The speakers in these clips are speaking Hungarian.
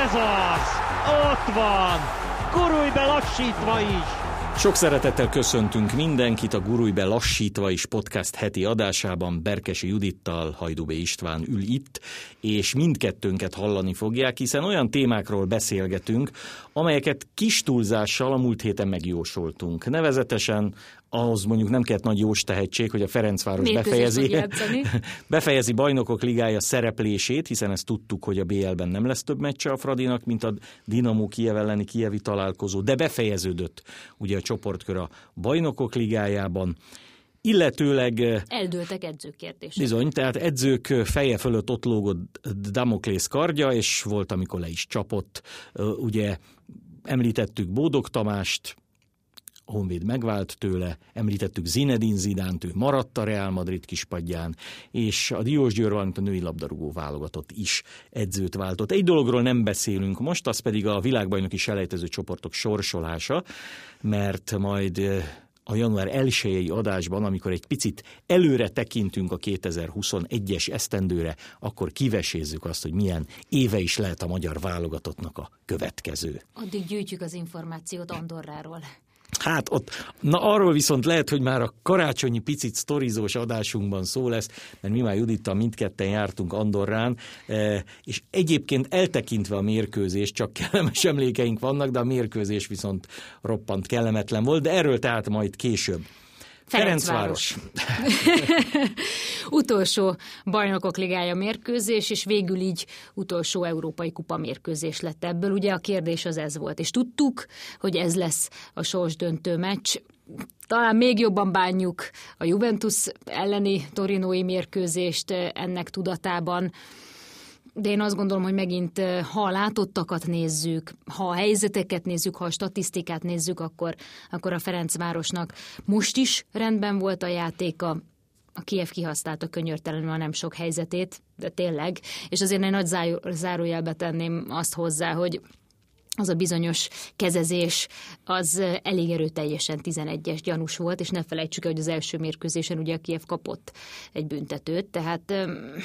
Ez az! Ott van! Gurulj be lassítva is! Sok szeretettel köszöntünk mindenkit a Gurulj be lassítva is podcast heti adásában. Berkesi Judittal Hajdú B. István ül itt, és mindkettőnket hallani fogják, hiszen olyan témákról beszélgetünk, amelyeket kis túlzással a múlt héten megjósoltunk. Nevezetesen ahhoz mondjuk nem kellett nagy jós tehetség, hogy a Ferencváros befejezi Bajnokok Ligája szereplését, hiszen ezt tudtuk, hogy a BL-ben nem lesz több meccse a Fradinak, mint a Dinamo Kijev elleni kijevi találkozó, de befejeződött ugye a csoportkör a Bajnokok Ligájában. Illetőleg eldőltek edzőkérdések. Bizony, tehát edzők feje fölött ott lógott Damoklész kardja, és volt, amikor le is csapott. Ugye említettük Bódog Tamást, a Honvéd megvált tőle, említettük Zinedine Zidánt, ő maradt a Real Madrid kispadján, és a Diósgyőr, valamint a női labdarúgó válogatott is edzőt váltott. Egy dologról nem beszélünk most, az pedig a világbajnoki selejtező csoportok sorsolása, mert majd a január 1-i adásban, amikor egy picit előre tekintünk a 2021-es esztendőre, akkor kivesézzük azt, hogy milyen éve is lehet a magyar válogatottnak a következő. Addig gyűjtjük az információt Andorráról. Hát ott, na arról viszont lehet, hogy már a karácsonyi picit sztorizós adásunkban szó lesz, mert mi már Judittal mindketten jártunk Andorrán, és egyébként eltekintve a mérkőzés, csak kellemes emlékeink vannak, de a mérkőzés viszont roppant kellemetlen volt, de erről tehát majd később. Ferencváros. Utolsó Bajnokok Ligája mérkőzés, és végül így utolsó Európai Kupa mérkőzés lett ebből. Ugye a kérdés az ez volt, és tudtuk, hogy ez lesz a sorsdöntő meccs. Talán még jobban bánjuk a Juventus elleni torinói mérkőzést ennek tudatában. De én azt gondolom, hogy megint, ha a látottakat nézzük, ha a helyzeteket nézzük, ha a statisztikát nézzük, akkor a Ferencvárosnak most is rendben volt a játéka. A Kijev kihasználta könyörtelenül a nem sok helyzetét, de tényleg. És azért egy nagy zárójelbe tenném azt hozzá, hogy az a bizonyos kezezés, az elég erőteljesen 11-es gyanús volt, és ne felejtsük el, hogy az első mérkőzésen ugye a Kijev kapott egy büntetőt, tehát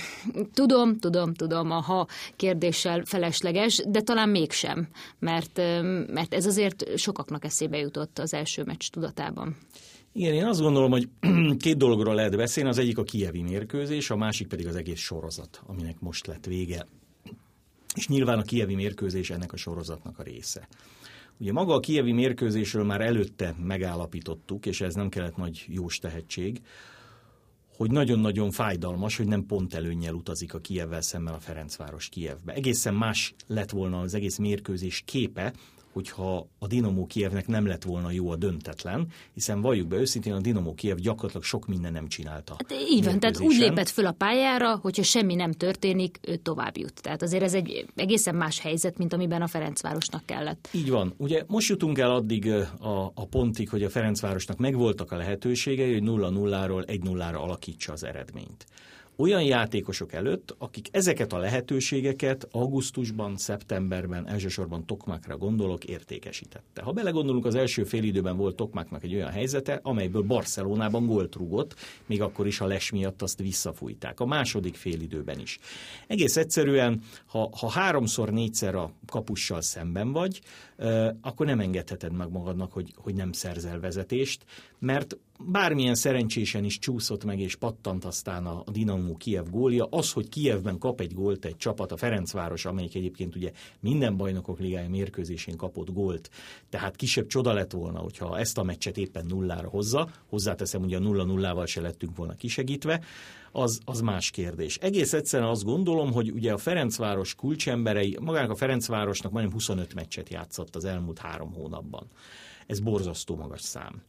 tudom, a ha kérdéssel felesleges, de talán mégsem, mert ez azért sokaknak eszébe jutott az első meccs tudatában. Igen, én azt gondolom, hogy két dologról lehet beszélni, az egyik a kijevi mérkőzés, a másik pedig az egész sorozat, aminek most lett vége. És nyilván a kijevi mérkőzés ennek a sorozatnak a része. Ugye maga a kijevi mérkőzésről már előtte megállapítottuk, és ez nem kellett nagy jós tehetség, hogy nagyon-nagyon fájdalmas, hogy nem pont előnnyel utazik a Kijevvel szemben a Ferencváros Kijevbe. Egészen más lett volna az egész mérkőzés képe, hogyha a Dinamo Kijevnek nem lett volna jó a döntetlen, hiszen valljuk be őszintén, a Dinamo Kijev gyakorlatilag sok minden nem csinálta. Hát így van, tehát úgy lépett föl a pályára, hogyha semmi nem történik, ő tovább jut. Tehát azért ez egy egészen más helyzet, mint amiben a Ferencvárosnak kellett. Így van. Ugye most jutunk el addig a pontig, hogy a Ferencvárosnak megvoltak a lehetőségei, hogy 0-0-ról 1-0-ra alakítsa az eredményt. Olyan játékosok előtt, akik ezeket a lehetőségeket augusztusban, szeptemberben, elsősorban Tokmákra gondolok, értékesítette. Ha belegondolunk, az első félidőben volt Tokmáknak egy olyan helyzete, amelyből Barcelonában gólt rúgott, még akkor is, ha les miatt azt visszafújták. A második félidőben is. Egész egyszerűen, ha 3-4-szer a kapussal szemben vagy, akkor nem engedheted meg magadnak, hogy nem szerzel vezetést, mert bármilyen szerencsésen is csúszott meg és pattant aztán a Dinamo Kijev gólja. Az, hogy Kijevben kap egy gólt egy csapat, a Ferencváros, amelyik egyébként ugye minden Bajnokok Ligája mérkőzésén kapott gólt, tehát kisebb csoda lett volna, hogyha ezt a meccset éppen 0-ra hozza, hozzáteszem, ugye a 0-0-val se lettünk volna kisegítve, az más kérdés. Egész egyszerűen azt gondolom, hogy ugye a Ferencváros kulcsemberei, magának a Ferencvárosnak majdnem 25 meccset játszott az elmúlt 3 hónapban. Ez borzasztó magas szám.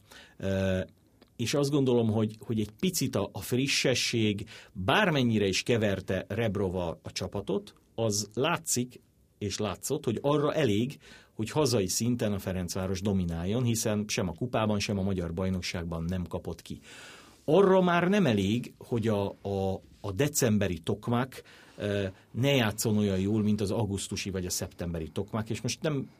És azt gondolom, hogy egy picit a frissesség, bármennyire is keverte Rebrova a csapatot, az látszik és látszott, hogy arra elég, hogy hazai szinten a Ferencváros domináljon, hiszen sem a kupában, sem a magyar bajnokságban nem kapott ki. Arra már nem elég, hogy a decemberi Tokmák ne játszon olyan jól, mint az augusztusi vagy a szeptemberi Tokmák, és most nem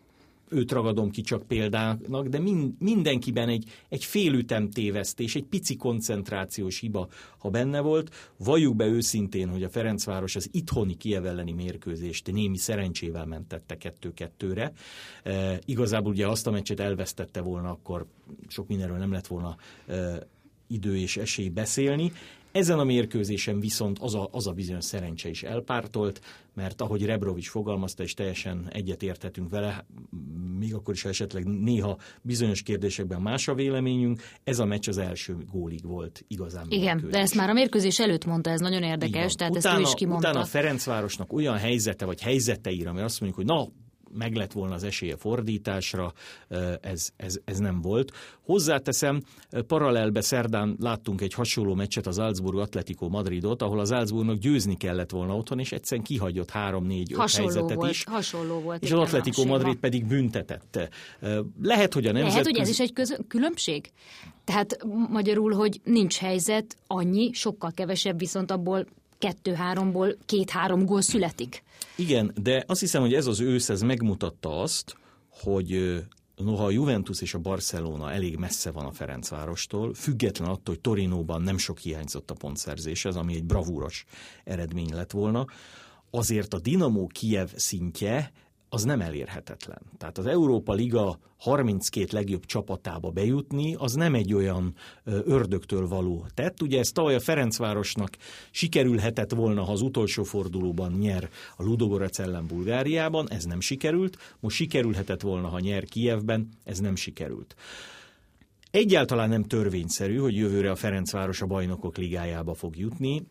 őt ragadom ki csak példának, de mindenkiben egy félütem tévesztés, egy pici koncentrációs hiba, ha benne volt. Valljuk be őszintén, hogy a Ferencváros az itthoni Kijev elleni mérkőzést némi szerencsével mentette 2-2-re. Igazából ugye azt a meccset elvesztette volna, akkor sok mindenről nem lett volna idő és esély beszélni. Ezen a mérkőzésen viszont az a bizonyos szerencse is elpártolt, mert ahogy Rebrovics fogalmazta, és teljesen egyetérthetünk vele, még akkor is esetleg néha bizonyos kérdésekben más a véleményünk, ez a meccs az első gólig volt igazán. Igen, mérkőzés. De ezt már a mérkőzés előtt mondta, ez nagyon érdekes, tehát ezt ő is kimondta. Utána a Ferencvárosnak olyan helyzete vagy helyzeteire, ami azt mondjuk, hogy meg lett volna az esélye fordításra, ez nem volt. Hozzáteszem, paralelbe szerdán láttunk egy hasonló meccset, az Salzburg Atletico Madridot, ahol az Salzburgnak győzni kellett volna otthon, és egyszerűen kihagyott 3-4-5 helyzetet is. Hasonló volt. És az Atletico Madrid pedig büntetette. Lehet, hogy hogy ez is egy különbség? Tehát magyarul, hogy nincs helyzet, annyi, sokkal kevesebb, viszont abból 2-3-ból 2-3 gól születik. Igen, de azt hiszem, hogy ez az ősz ez megmutatta azt, hogy noha a Juventus és a Barcelona elég messze van a Ferencvárostól, független attól, hogy Torinóban nem sok hiányzott a pontszerzéshez, ami egy bravúros eredmény lett volna, azért a Dinamo Kijev szintje az nem elérhetetlen. Tehát az Európa Liga 32 legjobb csapatába bejutni, az nem egy olyan ördögtől való tett. Ugye ez tavaly a Ferencvárosnak sikerülhetett volna, ha az utolsó fordulóban nyer a Ludogorec ellen Bulgáriában, ez nem sikerült. Most sikerülhetett volna, ha nyer Kijevben, ez nem sikerült. Egyáltalán nem törvényszerű, hogy jövőre a Ferencváros a Bajnokok Ligájába fog jutni,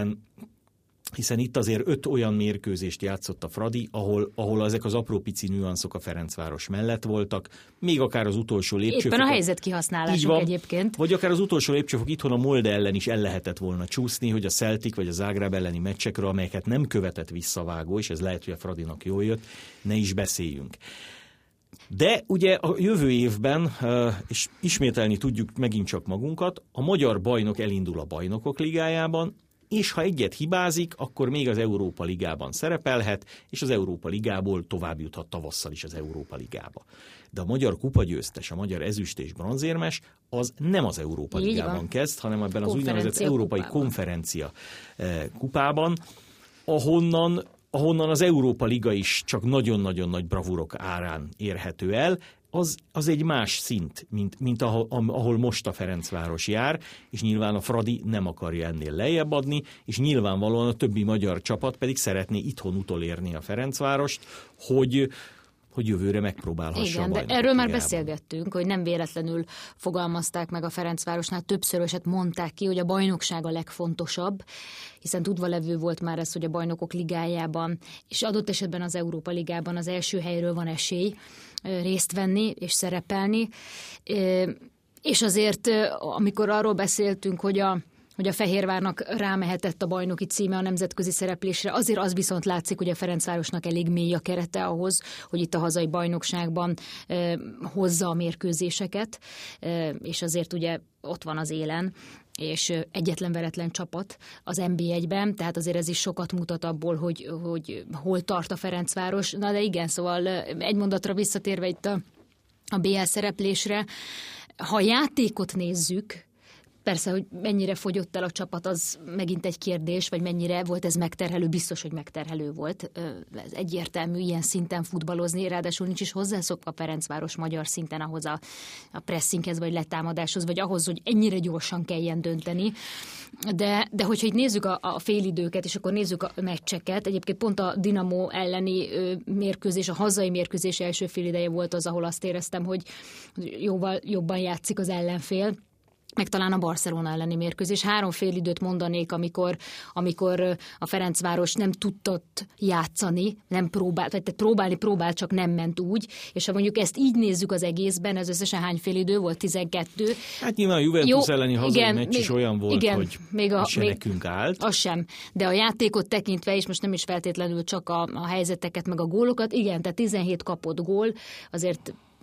hiszen itt azért 5 olyan mérkőzést játszott a Fradi, ahol ezek az apró pici nüanszok a Ferencváros mellett voltak, még akár az utolsó lépcsőfok. Éppen a helyzet kihasználásuk egyébként. Vagy akár az utolsó lépcsőfok itthon a Molde ellen is el lehetett volna csúszni, hogy a Celtic vagy a Zágráb elleni meccsekről, amelyeket nem követett visszavágó, és ez lehet, hogy a Fradinak jól jött, ne is beszéljünk. De ugye a jövő évben, és ismételni tudjuk megint csak magunkat, a magyar bajnok elindul a Bajnokok Ligájában, és ha egyet hibázik, akkor még az Európa Ligában szerepelhet, és az Európa Ligából tovább juthat tavasszal is az Európa Ligába. De a magyar kupagyőztes, a magyar ezüst és bronzérmes, az nem az Európa Ligában kezd, hanem ebben az úgynevezett Európai Konferencia kupában, ahonnan az Európa Liga is csak nagyon-nagyon nagy bravúrok árán érhető el. Az egy más szint, mint ahol most a Ferencváros jár, és nyilván a Fradi nem akarja ennél lejjebb adni, és nyilvánvalóan a többi magyar csapat pedig szeretné itthon utolérni a Ferencvárost, hogy jövőre megpróbálhassa. Igen, a de erről már beszélgettünk, hogy nem véletlenül fogalmazták meg a Ferencvárosnál, többszöröset mondták ki, hogy a bajnokság a legfontosabb, hiszen tudva levő volt már ez, hogy a Bajnokok Ligájában, és adott esetben az Európa Ligában az első helyről van esély részt venni és szerepelni. És azért, amikor arról beszéltünk, hogy a Fehérvárnak rámehetett a bajnoki címe a nemzetközi szereplésre, azért az viszont látszik, hogy a Ferencvárosnak elég mély a kerete ahhoz, hogy itt a hazai bajnokságban hozza a mérkőzéseket, és azért ugye ott van az élen, és egyetlen veretlen csapat az NB1-ben, tehát azért ez is sokat mutat abból, hogy hol tart a Ferencváros. Na de igen, szóval egy mondatra visszatérve itt a BL szereplésre, ha a játékot nézzük, persze, hogy mennyire fogyott el a csapat, az megint egy kérdés, vagy mennyire volt ez megterhelő, biztos, hogy megterhelő volt. Ez egyértelmű ilyen szinten futballozni, ráadásul nincs is hozzászokva a Ferencváros magyar szinten ahhoz a pressinghez, vagy letámadáshoz, vagy ahhoz, hogy ennyire gyorsan kelljen dönteni. De hogyha itt nézzük a félidőket, és akkor nézzük a meccseket, egyébként pont a Dinamo elleni mérkőzés, a hazai mérkőzés első félideje volt az, ahol azt éreztem, hogy jóval jobban játszik az ellenfél, meg talán a Barcelona elleni mérkőzés. 3 félidőt mondanék, amikor a Ferencváros nem tudott játszani, nem próbált, vagy próbált, csak nem ment úgy, és ha mondjuk ezt így nézzük az egészben, ez összesen hány félidő volt? 12. Hát nyilván a Juventus elleni hazai meccs is olyan volt, hogy még nekünk állt. Az sem. De a játékot tekintve, és most nem is feltétlenül csak a helyzeteket, meg a gólokat, igen, tehát 17 kapott gól, azért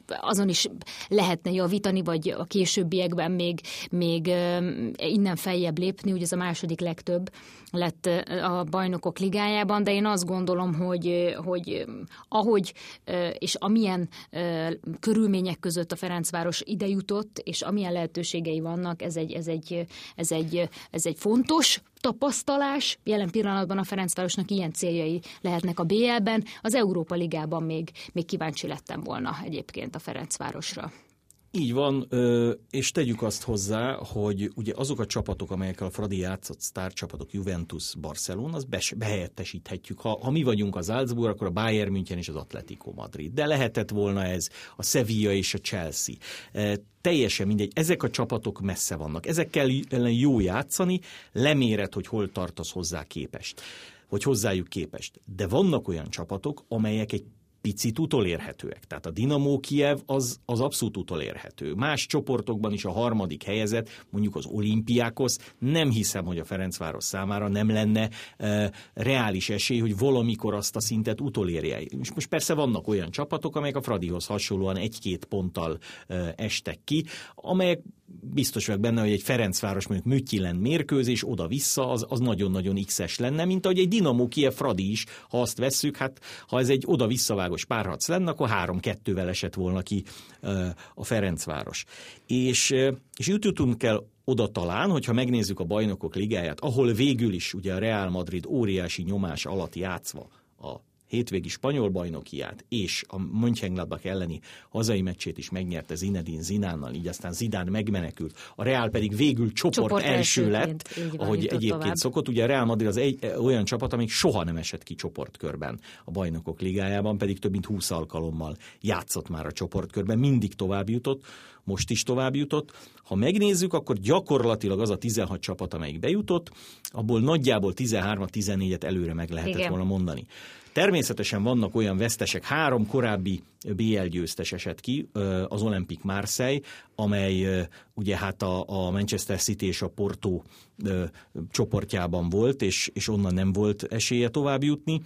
azon is lehetne javítani, vagy a későbbiekben még innen feljebb lépni, ugye ez a második legtöbb lett a Bajnokok Ligájában, de én azt gondolom, hogy ahogy és amilyen körülmények között a Ferencváros ide jutott, és amilyen lehetőségei vannak, ez egy fontos tapasztalás. Jelen pillanatban a Ferencvárosnak ilyen céljai lehetnek a BL-ben, az Európa Ligában még kíváncsi lettem volna egyébként a Ferencvárosra. Így van, és tegyük azt hozzá, hogy ugye azok a csapatok, amelyekkel a Fradi játszott, sztárcsapatok, Juventus, Barcelona, azt behelyettesíthetjük. Ha mi vagyunk az Salzburg, akkor a Bayern München és az Atletico Madrid. De lehetett volna ez a Sevilla és a Chelsea. Teljesen mindegy, ezek a csapatok messze vannak. Ezekkel jó játszani, leméred, hogy hol tartasz hozzájuk képest. De vannak olyan csapatok, amelyek egy picit utolérhetőek. Tehát a Dinamo Kijev az abszolút utolérhető. Más csoportokban is a harmadik helyezett, mondjuk az Olympiákos, nem hiszem, hogy a Ferencváros számára nem lenne reális esély, hogy valamikor azt a szintet utolérje. Most persze vannak olyan csapatok, amelyek a Fradihoz hasonlóan 1-2 ponttal estek ki, amelyek biztos vagyok benne, hogy egy Ferencváros mondjuk Müttyinen mérkőzés oda-vissza, az nagyon-nagyon X-es lenne, mint ahogy egy Dinamo Kijev Fradi is, ha azt vesszük, hát ha ez egy oda-visszavágos párharc lenne, akkor 3-2-vel esett volna ki a Ferencváros. És jutunk el oda talán, hogyha megnézzük a Bajnokok Ligáját, ahol végül is ugye a Real Madrid óriási nyomás alatt játszva a hétvégi spanyol bajnokiát és a Mönchengladbach elleni hazai meccsét is megnyerte Zinedine Zidánnal, így aztán Zidane megmenekült. A Real pedig végül csoport első lett, ahogy egyébként tovább szokott. Ugye a Real Madrid az olyan csapat, amelyik soha nem esett ki csoportkörben a Bajnokok Ligájában, pedig több mint 20 alkalommal játszott már a csoportkörben, mindig tovább jutott, most is tovább jutott. Ha megnézzük, akkor gyakorlatilag az a 16 csapat, amelyik bejutott, abból nagyjából 13-14-et előre meg lehetett volna mondani. Természetesen vannak olyan vesztesek, 3 korábbi BL győztes esett ki, az Olympique Marseille, amely ugye hát a Manchester City és a Porto csoportjában volt, és onnan nem volt esélye tovább jutni.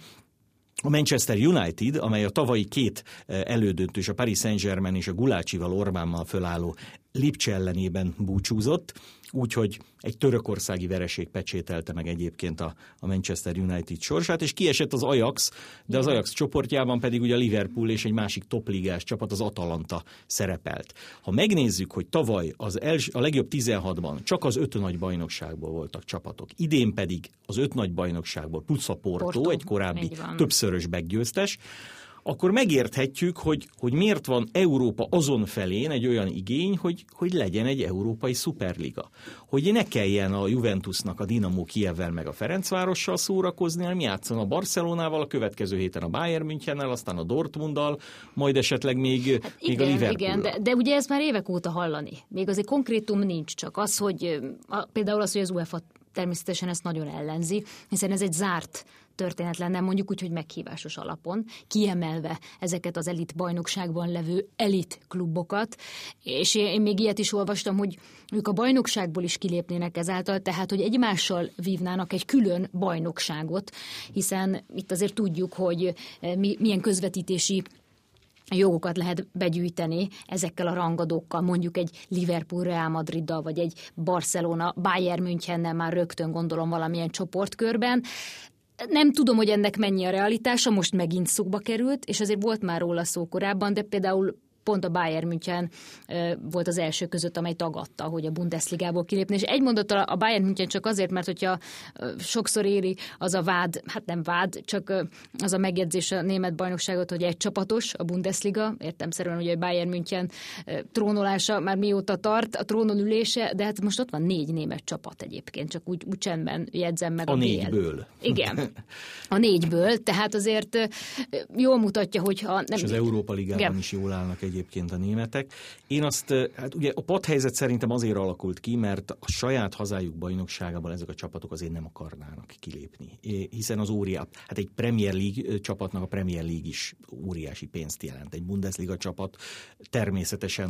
A Manchester United, amely a tavalyi 2 elődöntős, a Paris Saint-Germain és a Gulácsival, Orbánmal fölálló Lipcse ellenében búcsúzott, úgyhogy egy törökországi vereség pecsételte meg egyébként a Manchester United sorsát, és kiesett az Ajax, de az Ajax csoportjában pedig ugye a Liverpool és egy másik topligás csapat, az Atalanta szerepelt. Ha megnézzük, hogy tavaly a legjobb 16-ban csak az 5 nagy bajnokságból voltak csapatok, idén pedig az 5 nagy bajnokságból plusz a Porto, egy korábbi többszörös meggyőztes, akkor megérthetjük, hogy miért van Európa azon felén egy olyan igény, hogy legyen egy európai szuperliga. Hogy ne kelljen a Juventusnak a Dinamo Kijevvel meg a Ferencvárossal szórakozni, hanem játszon a Barcelonával, a következő héten a Bayern Münchennel, aztán a Dortmunddal, majd esetleg még a Liverpoollal. Igen, de ugye ez már évek óta hallani. Még azért konkrétum nincs, csak az, hogy például az, hogy az UEFA természetesen ezt nagyon ellenzi, hiszen ez egy zárt történet lenne, mondjuk úgy, hogy meghívásos alapon, kiemelve ezeket az elit bajnokságban levő elit klubokat, és én még ilyet is olvastam, hogy ők a bajnokságból is kilépnének ezáltal, tehát, hogy egymással vívnának egy külön bajnokságot, hiszen itt azért tudjuk, hogy milyen közvetítési jogokat lehet begyűjteni ezekkel a rangadókkal, mondjuk egy Liverpool Real Madriddal, vagy egy Barcelona Bayern Münchennel már rögtön gondolom valamilyen csoportkörben. Nem tudom, hogy ennek mennyi a realitása, most megint szóba került, és azért volt már róla szó korábban, de például pont a Bayern München volt az első között, amely tagadta, hogy a Bundesligából kilépni. És egy mondattal a Bayern München csak azért, mert hogyha sokszor éri az a vád, hát nem vád, csak az a megjegyzés a német bajnokságot, hogy egy csapatos a Bundesliga, értelemszerűen, hogy a Bayern München trónolása már mióta tart, a trónon ülése, de hát most ott van 4 német csapat egyébként, csak úgy csendben jegyzem meg a BL. 4-ből. Igen, a 4-ből, tehát azért jól mutatja, hogyha... Nem, és az Európa Ligában is jól állnak egyébként a németek. Én azt, hát ugye a padhelyzet szerintem azért alakult ki, mert a saját hazájuk bajnokságában ezek a csapatok azért nem akarnának kilépni. Hiszen az hát egy Premier League csapatnak a Premier League is óriási pénzt jelent. Egy Bundesliga csapat természetesen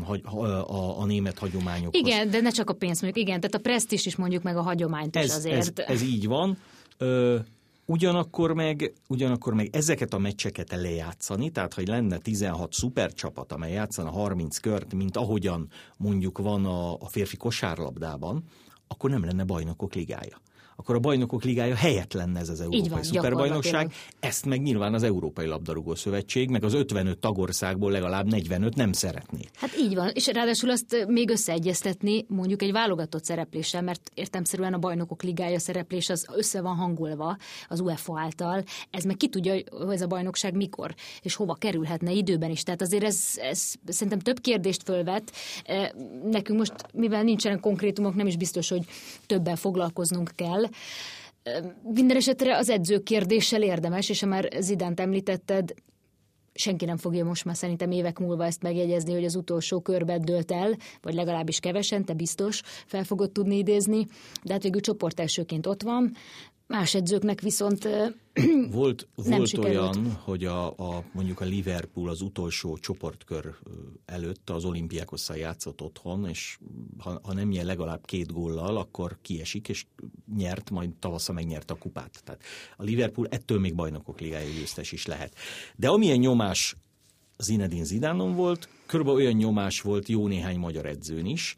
a német hagyományokhoz. Igen, de ne csak a pénzt mondjuk, igen, tehát a presztízs is mondjuk meg a hagyományt is azért. Ez így van. Ugyanakkor meg ezeket a meccseket lejátszani, tehát hogy lenne 16 szupercsapat, amely játszana 30 kört, mint ahogyan mondjuk van a férfi kosárlabdában, akkor nem lenne bajnokok ligája. Akkor a bajnokok ligája helyett lenne ez az Európai Szuperbajnokság, ezt meg nyilván az Európai Labdarúgó Szövetség, meg az 55 tagországból legalább 45 nem szeretné. Hát így van, és ráadásul azt még összeegyeztetni mondjuk egy válogatott szerepléssel, mert értelemszerűen a Bajnokok Ligája szereplés az össze van hangolva az UEFA által, ez meg ki tudja, hogy ez a bajnokság mikor, és hova kerülhetne időben is. Tehát azért ez szerintem több kérdést fölvet. Nekünk most, mivel nincsenek konkrétumok, nem is biztos, hogy többen foglalkoznunk kell. Minden esetre az edző kérdéssel érdemes, és ha már Zidánt említetted, senki nem fogja most már szerintem évek múlva ezt megjegyezni, hogy az utolsó körben dőlt el, vagy legalábbis kevesen, te biztos fel fogod tudni idézni, de hát végül csoportelsőként ott van. Más edzőknek viszont volt sikerült. olyan, hogy mondjuk a Liverpool az utolsó csoportkör előtt az Olympiakosszal játszott otthon, és ha nem nyer legalább 2 góllal, akkor kiesik, és nyert, majd tavasszal megnyerte a kupát. Tehát a Liverpool ettől még bajnokok ligája győztes is lehet. De amilyen nyomás Zinedine Zidanon volt, körülbelül olyan nyomás volt jó néhány magyar edzőn is,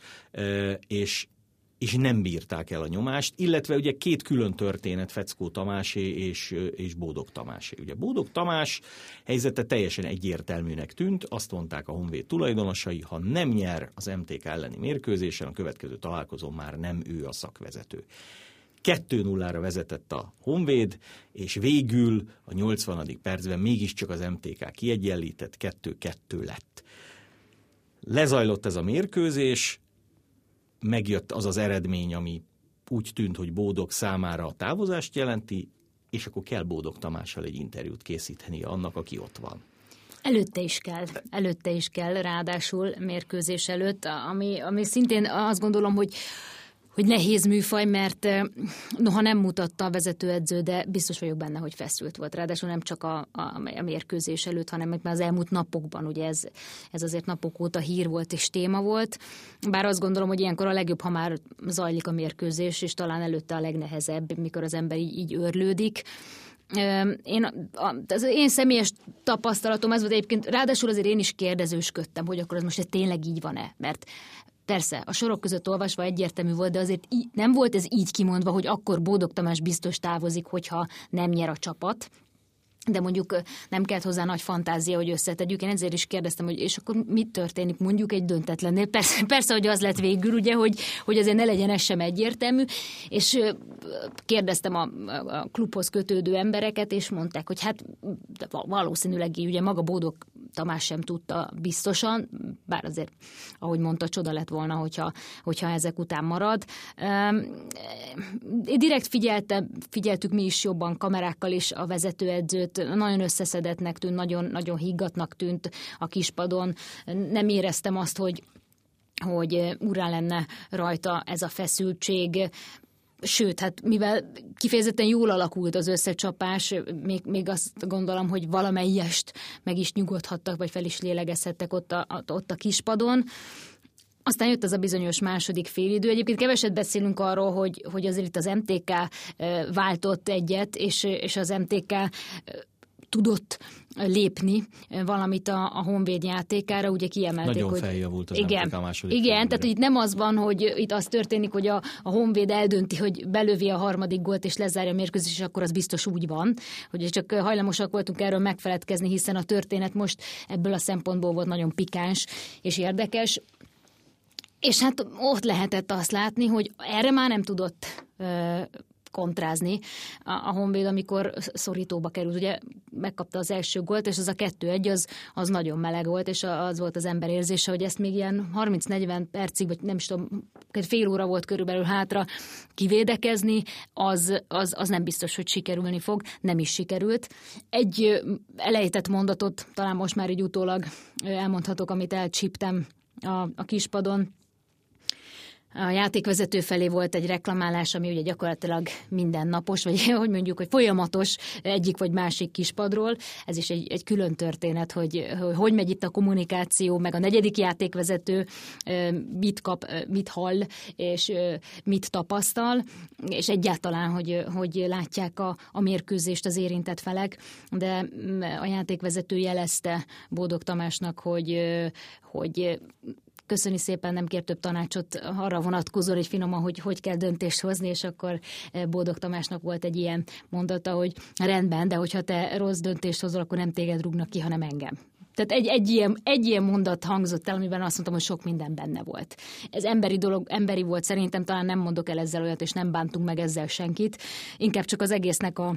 és nem bírták el a nyomást, illetve ugye 2 külön történet, Feckó Tamásé és Bódog Tamásé. Ugye Bódog Tamás helyzete teljesen egyértelműnek tűnt, azt mondták a Honvéd tulajdonosai, ha nem nyer az MTK elleni mérkőzésen, a következő találkozón már nem ő a szakvezető. 2-0-ra vezetett a Honvéd, és végül a 80. percben mégiscsak az MTK kiegyenlített, 2-2 lett. Lezajlott ez a mérkőzés, megjött az az eredmény, ami úgy tűnt, hogy Bódog számára a távozást jelenti, és akkor kell Bódog Tamással egy interjút készítenie annak, aki ott van. Előtte is kell, ráadásul mérkőzés előtt, ami szintén azt gondolom, hogy nehéz műfaj, mert noha nem mutatta a vezetőedző, de biztos vagyok benne, hogy feszült volt. Ráadásul nem csak a mérkőzés előtt, hanem már az elmúlt napokban, ugye ez azért napok óta hír volt és téma volt. Bár azt gondolom, hogy ilyenkor a legjobb, ha már zajlik a mérkőzés, és talán előtte a legnehezebb, mikor az ember így őrlődik. Az én személyes tapasztalatom ez volt egyébként, ráadásul azért én is kérdezősködtem, hogy akkor az most tényleg így van-e, mert persze, a sorok között olvasva egyértelmű volt, de azért nem volt ez így kimondva, hogy akkor Bódog Tamás biztos távozik, hogyha nem nyer a csapat. De mondjuk nem kellett hozzá nagy fantázia, hogy összetegyük. Én ezért is kérdeztem, hogy és akkor mit történik mondjuk egy döntetlennél. Persze, hogy az lett végül, ugye, hogy azért ne legyen ez sem egyértelmű. És kérdeztem a klubhoz kötődő embereket, és mondták, hogy hát valószínűleg ugye maga Bódog Tamás sem tudta biztosan, bár azért, ahogy mondta, csoda lett volna, hogyha ezek után marad. Direkt figyeltük mi is jobban kamerákkal is a vezetőedzőt, nagyon összeszedettnek tűnt, nagyon, nagyon higgadtnak tűnt a kispadon. Nem éreztem azt, hogy urán lenne rajta ez a feszültség. Sőt, hát mivel kifejezetten jól alakult az összecsapás, még azt gondolom, hogy valamelyest meg is nyugodhattak, vagy fel is lélegezhettek ott a kispadon. Aztán jött az a bizonyos második félidő. Egyébként keveset beszélünk arról, hogy azért itt az MTK váltott egyet, és az MTK tudott lépni valamit a Honvéd játékára, ugye kiemelték, nagyon hogy... feljavult az igen, MTK második igen, félidőre. tehát itt nem az van, hogy itt az történik, hogy a Honvéd eldönti, hogy belövi a harmadik gólt és lezárja a mérkőzést, és akkor az biztos úgy van, hogy csak hajlamosak voltunk erről megfeledkezni, hiszen a történet most ebből a szempontból volt nagyon pikáns és érdekes. És hát ott lehetett azt látni, hogy erre már nem tudott kontrázni a Honvéd, amikor szorítóba került. Ugye megkapta az első gólt, és az a 2-1 az nagyon meleg volt, és az volt az ember érzése, hogy ezt még ilyen 30-40 percig, vagy nem is tudom, fél óra volt körülbelül hátra kivédekezni, az nem biztos, hogy sikerülni fog, nem is sikerült. Egy elejtett mondatot, talán most már így utólag elmondhatok, amit elcsíptem a kispadon. A játékvezető felé volt egy reklamálás, ami ugye gyakorlatilag mindennapos, vagy hogy mondjuk, hogy folyamatos egyik vagy másik kispadról. Ez is egy külön történet, hogy megy itt a kommunikáció, meg a negyedik játékvezető mit kap, mit hall, és mit tapasztal, és egyáltalán, hogy látják a mérkőzést az érintett felek. De a játékvezető jelezte Bódog Tamásnak, hogy köszöni szépen, nem kér több tanácsot arra vonatkozóan, hogy finoman, hogy kell döntést hozni, és akkor Bódog Tamásnak volt egy ilyen mondata, hogy rendben, de hogyha te rossz döntést hozol, akkor nem téged rúgnak ki, hanem engem. Tehát egy ilyen mondat hangzott el, amiben azt mondtam, hogy sok minden benne volt. Ez emberi dolog, emberi volt szerintem, talán nem mondok el ezzel olyat, és nem bántunk meg ezzel senkit. Inkább csak az egésznek a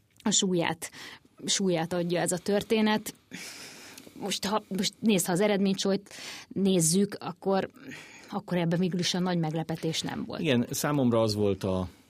súlyát adja ez a történet. Most nézd, ha az eredménysort nézzük, akkor ebben mégis a nagy meglepetés nem volt. Igen, számomra az volt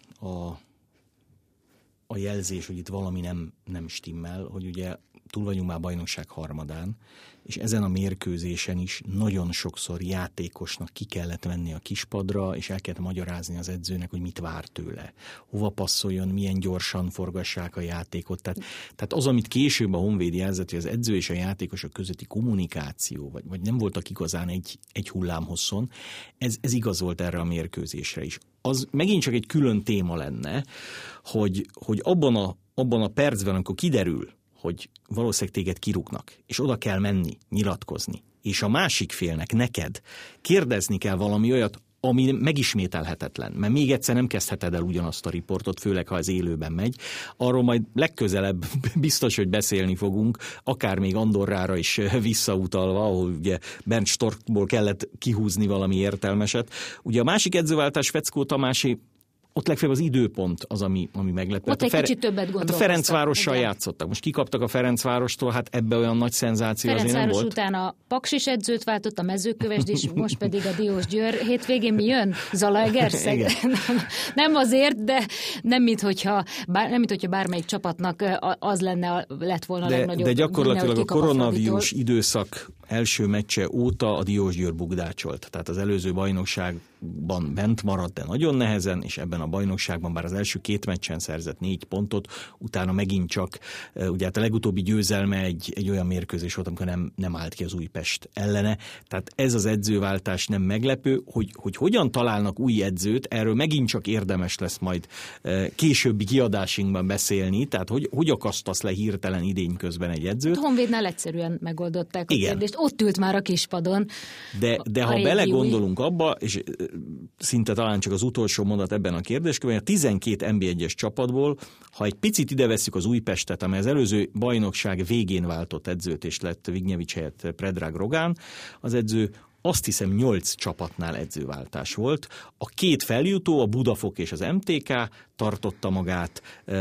a jelzés, hogy itt valami nem stimmel, hogy ugye túl vagyunk már bajnokság harmadán, és ezen a mérkőzésen is nagyon sokszor játékosnak ki kellett venni a kispadra, és el kellett magyarázni az edzőnek, hogy mit vár tőle. Hova passzoljon, milyen gyorsan forgassák a játékot. Tehát az, amit később a Honvéd jelzett, hogy az edző és a játékosok közötti kommunikáció, vagy nem voltak igazán egy hullámhosszon, ez igaz volt erre a mérkőzésre is. Az megint csak egy külön téma lenne, hogy abban a percben, amikor kiderül, hogy valószínűleg téged kirúgnak, és oda kell menni, nyilatkozni, és a másik félnek, neked kérdezni kell valami olyat, ami megismételhetetlen, mert még egyszer nem kezdheted el ugyanazt a riportot, főleg ha ez élőben megy. Arról majd legközelebb biztos, hogy beszélni fogunk, akár még Andorrára is visszautalva, ahol ugye Bernd Storkból kellett kihúzni valami értelmeset. Ugye a másik edzőváltás Feckó Tamási, ott legfeljebb az időpont az, ami meglepő. Ott egy kicsit többet gondolkoztak. A Ferencvárossal játszottak. Most kikaptak a Ferencvárostól, hát ebbe olyan nagy szenzáció azért nem volt. Ferencváros után a Paks is edzőt váltott, a Mezőkövesd is, most pedig a Diósgyőr. Hétvégén mi jön? Zalaegerszeg? Nem azért, de nem minthogyha bármelyik csapatnak az lett volna a legnagyobb. De gyakorlatilag a koronavírus időszak első meccse óta a Diósgyőr bugdácsolt. Tehát az előző bajnokságban bent maradt, de nagyon nehezen, és ebben a bajnokságban bár az első 2 meccsen szerzett 4 pontot, utána megint csak, ugye hát a legutóbbi győzelme egy olyan mérkőzés volt, amikor nem állt ki az Újpest ellene. Tehát ez az edzőváltás nem meglepő, hogy hogyan találnak új edzőt, erről megint csak érdemes lesz majd későbbi kiadásunkban beszélni, tehát hogy akasztasz le hirtelen idény közben egy edzőt. A Honvédnál egyszerűen megoldották a kérdést. Ott ült már a kispadon. De ha belegondolunk abba, és szinte talán csak az utolsó mondat ebben a kérdéskörben, a 12 NB1-es csapatból, ha egy picit ide vesszük az Újpestet, amely az előző bajnokság végén váltott edzőt, és lett Vignyevics helyett Predrag Rogán, az edző, azt hiszem 8 csapatnál edzőváltás volt. A 2 feljutó, a Budafok és az MTK tartotta magát,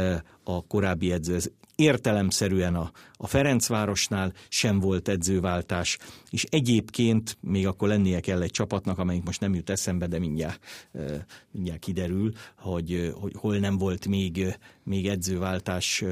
a korábbi edző. Értelemszerűen a Ferencvárosnál sem volt edzőváltás, és egyébként még akkor lennie kell egy csapatnak, amelyik most nem jut eszembe, de mindjárt kiderül, hogy hol nem volt még edzőváltás,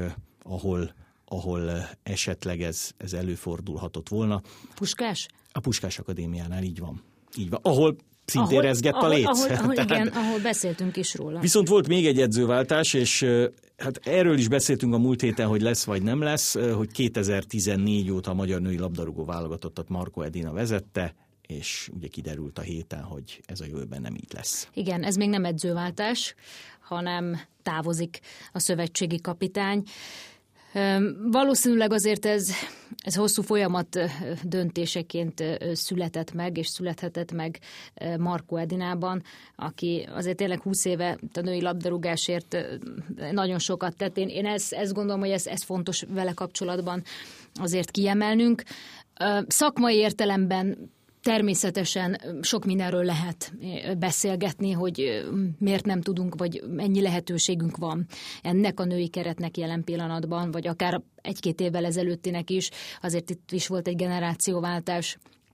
ahol esetleg ez előfordulhatott volna. Puskás? A Puskás Akadémiánál így van. Ahol szintén rezgett a léc. Ahol beszéltünk is róla. Viszont volt még egy edzőváltás, és hát erről is beszéltünk a múlt héten, hogy lesz vagy nem lesz, hogy 2014 óta a magyar női labdarúgó válogatottat Markó Edina vezette, és ugye kiderült a héten, hogy ez a jövőben nem így lesz. Igen, ez még nem edzőváltás, hanem távozik a szövetségi kapitány. Valószínűleg azért ez hosszú folyamat döntéseként született meg, és születhetett meg Markó Edinában, aki azért tényleg 20 éve a női labdarúgásért nagyon sokat tett. Én ezt gondolom, hogy ez fontos vele kapcsolatban azért kiemelnünk. Szakmai értelemben természetesen sok mindenről lehet beszélgetni, hogy miért nem tudunk, vagy mennyi lehetőségünk van ennek a női keretnek jelen pillanatban, vagy akár 1-2 évvel ezelőttinek is, azért itt is volt egy generációváltás.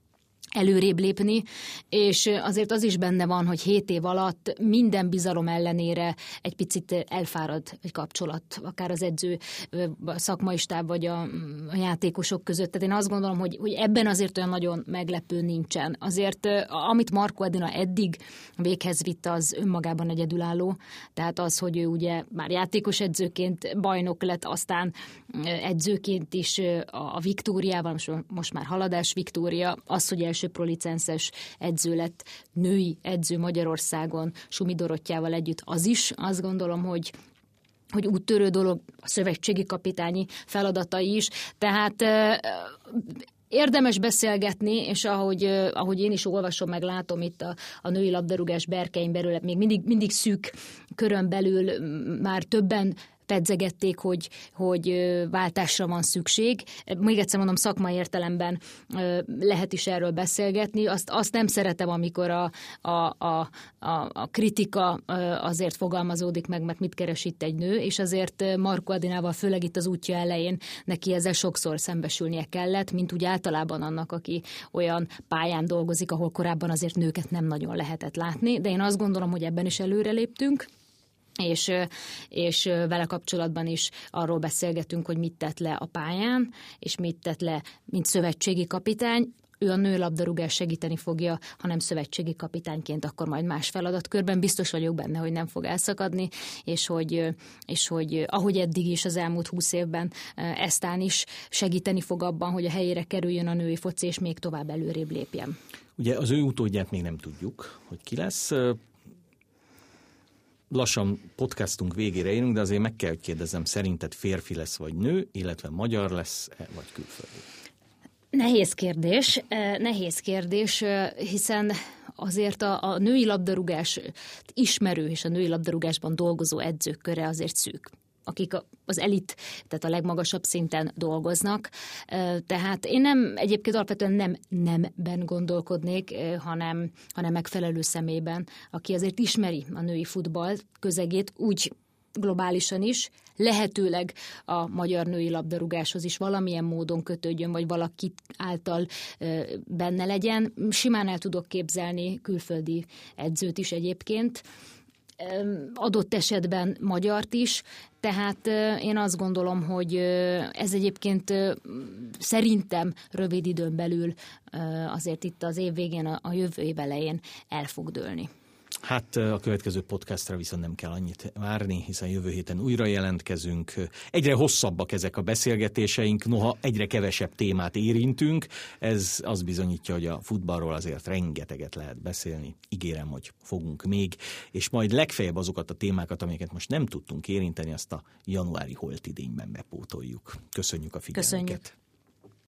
előrébb lépni, és azért az is benne van, hogy 7 év alatt minden bizalom ellenére egy picit elfárad egy kapcsolat, akár az edző, a szakmai stáb vagy a játékosok között. Tehát én azt gondolom, hogy ebben azért olyan nagyon meglepő nincsen. Azért, amit Marco Edina eddig véghez vitt, az önmagában egyedülálló. Tehát az, hogy ő ugye már játékos edzőként bajnok lett, aztán edzőként is a Viktóriával, most már Haladás Viktória, az, hogy első prolicenszes edző lett, női edző Magyarországon, Sumi Dorottyával együtt, az is azt gondolom, hogy úttörő dolog, a szövetségi kapitányi feladatai is. Tehát érdemes beszélgetni, és ahogy én is olvasom, meg látom itt a női labdarúgás berkein belül, még mindig szűk körön belül már többen pedzegették, hogy váltásra van szükség. Még egyszer mondom, szakmai értelemben lehet is erről beszélgetni. Azt nem szeretem, amikor a kritika azért fogalmazódik meg, mert mit keres itt egy nő, és azért Marco Edinával, főleg itt az útja elején neki ezzel sokszor szembesülnie kellett, mint úgy általában annak, aki olyan pályán dolgozik, ahol korábban azért nőket nem nagyon lehetett látni, de én azt gondolom, hogy ebben is előreléptünk. És vele kapcsolatban is arról beszélgetünk, hogy mit tett le a pályán, és mit tett le, mint szövetségi kapitány. Ő a nőlabdarúgás segíteni fogja, hanem szövetségi kapitányként akkor majd más feladatkörben. Biztos vagyok benne, hogy nem fog elszakadni, és hogy ahogy eddig is az elmúlt 20 évben eztán is segíteni fog abban, hogy a helyére kerüljön a női foci, és még tovább előrébb lépjen. Ugye az ő utódját még nem tudjuk, hogy ki lesz. Lassan podcastunk végére érünk, de azért meg kell, hogy kérdezzem, szerinted férfi lesz vagy nő, illetve magyar lesz vagy külföldi? Nehéz kérdés, hiszen azért a női labdarúgás ismerő és a női labdarúgásban dolgozó edzők köre azért szűk, akik az elit, tehát a legmagasabb szinten dolgoznak. Tehát én egyébként alapvetően nemben gondolkodnék, hanem megfelelő személyben, aki azért ismeri a női futball közegét úgy globálisan is, lehetőleg a magyar női labdarúgáshoz is valamilyen módon kötődjön, vagy valaki által benne legyen. Simán el tudok képzelni külföldi edzőt is egyébként, adott esetben magyart is, tehát én azt gondolom, hogy ez egyébként szerintem rövid időn belül azért itt az év végén, a jövő év elején el fog dőlni. Hát a következő podcastra viszont nem kell annyit várni, hiszen jövő héten újra jelentkezünk. Egyre hosszabbak ezek a beszélgetéseink, noha egyre kevesebb témát érintünk. Ez azt bizonyítja, hogy a futballról azért rengeteget lehet beszélni. Ígérem, hogy fogunk még, és majd legfeljebb azokat a témákat, amiket most nem tudtunk érinteni, azt a januári holtidényben bepótoljuk. Köszönjük a figyelmüket. Köszönjük.